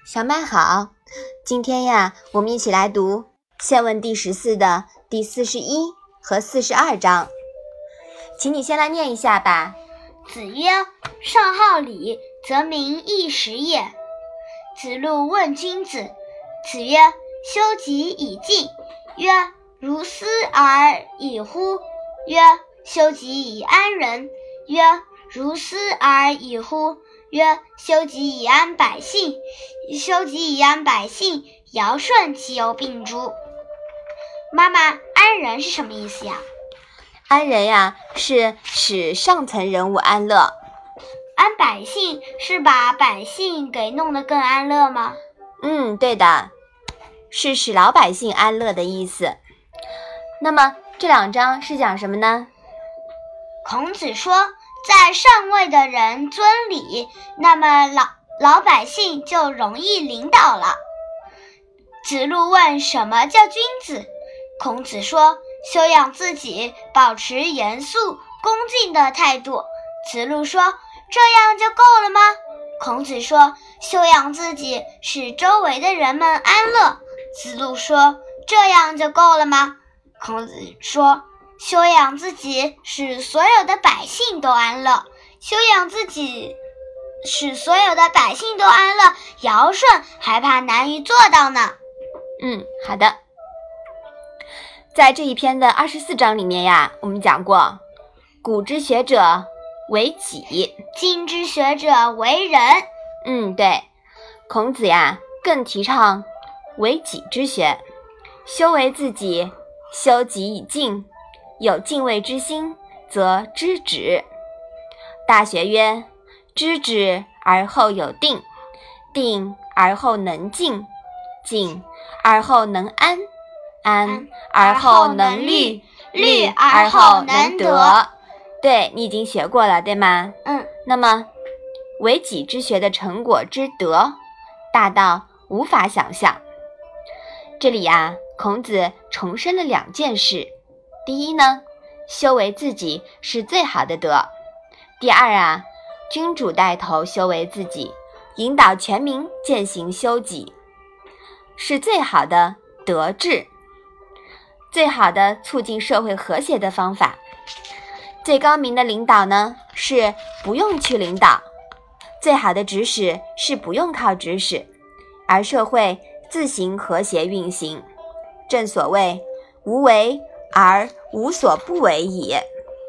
小麦好，今天呀，我们一起来读宪问第14的第41和42章，请你先来念一下吧。 子曰：上好礼，则民易食也。子路问君子。子曰：修己以敬。曰：如斯而已乎？曰：修己以安人。曰：如斯而已乎？曰：修己以安百姓。修己以安百姓，尧舜其犹并诸。妈妈，安人是什么意思呀？ 安人呀，是使上层人物安乐。 安百姓是把百姓给弄得更安乐吗？ 对的，是使老百姓安乐的意思。那么这两章是讲什么呢？ 孔子说，在上位的人尊礼，那么老百姓就容易领导了。子路问什么叫君子？孔子说，修养自己，保持严肃恭敬的态度。子路说，这样就够了吗？孔子说，修养自己，使周围的人们安乐。子路说，这样就够了吗？孔子说，修养自己，使所有的百姓都安乐。修养自己，使所有的百姓都安乐，尧舜还怕难于做到呢。 好的。在这一篇的24章里面呀，我们讲过，古之学者为己， 今之学者为人。 对，孔子呀更提倡为己之学，修为自己，修己以敬，有敬畏之心，则知止。大学曰：知止而后有定，定而后能静，静而后能安，安而后能虑，虑而后能得。对，你已经学过了，对吗？那么为己之学的成果之德，大到无法想象。这里呀，孔子重申了2件事。第一呢，修为自己是最好的德。第二啊，君主带头修为自己，引导全民践行修己，是最好的德治，最好的促进社会和谐的方法。最高明的领导呢，是不用去领导；最好的指使是不用靠指使，而社会自行和谐运行。正所谓无为而无所不为也。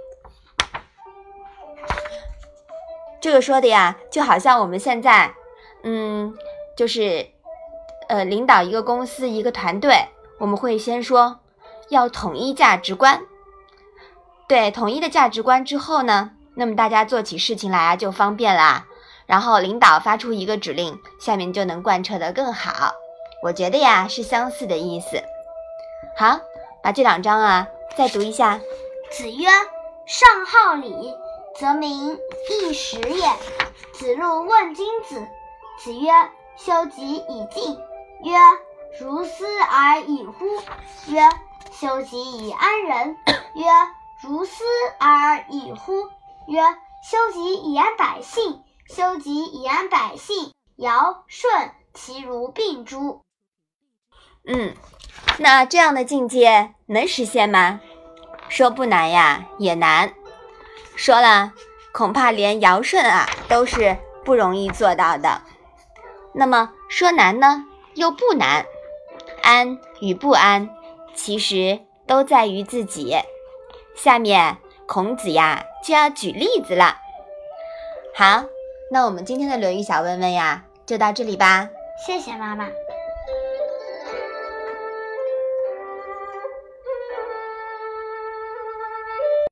这个说的呀，就好像我们现在领导一个公司一个团队，我们会先说要统一价值观。对，统一的价值观之后呢，那么大家做起事情来啊就方便啦，然后领导发出一个指令，下面就能贯彻得更好。我觉得呀是相似的意思。好，把这2章啊再读一下。 子曰：上好礼，则民易食也。子路问君子。子曰：修己以敬。曰：如斯而已乎？曰：修己以安人。曰：如斯而已乎？曰：修己以安百姓。修己以安百姓，尧舜其如并诸。 那这样的境界能实现吗？说不难呀，也难。说了，恐怕连尧舜都是不容易做到的。那么说难呢，又不难。安与不安，其实都在于自己。下面孔子呀就要举例子了。好，那我们今天的论语小问问呀就到这里吧。 谢谢妈妈。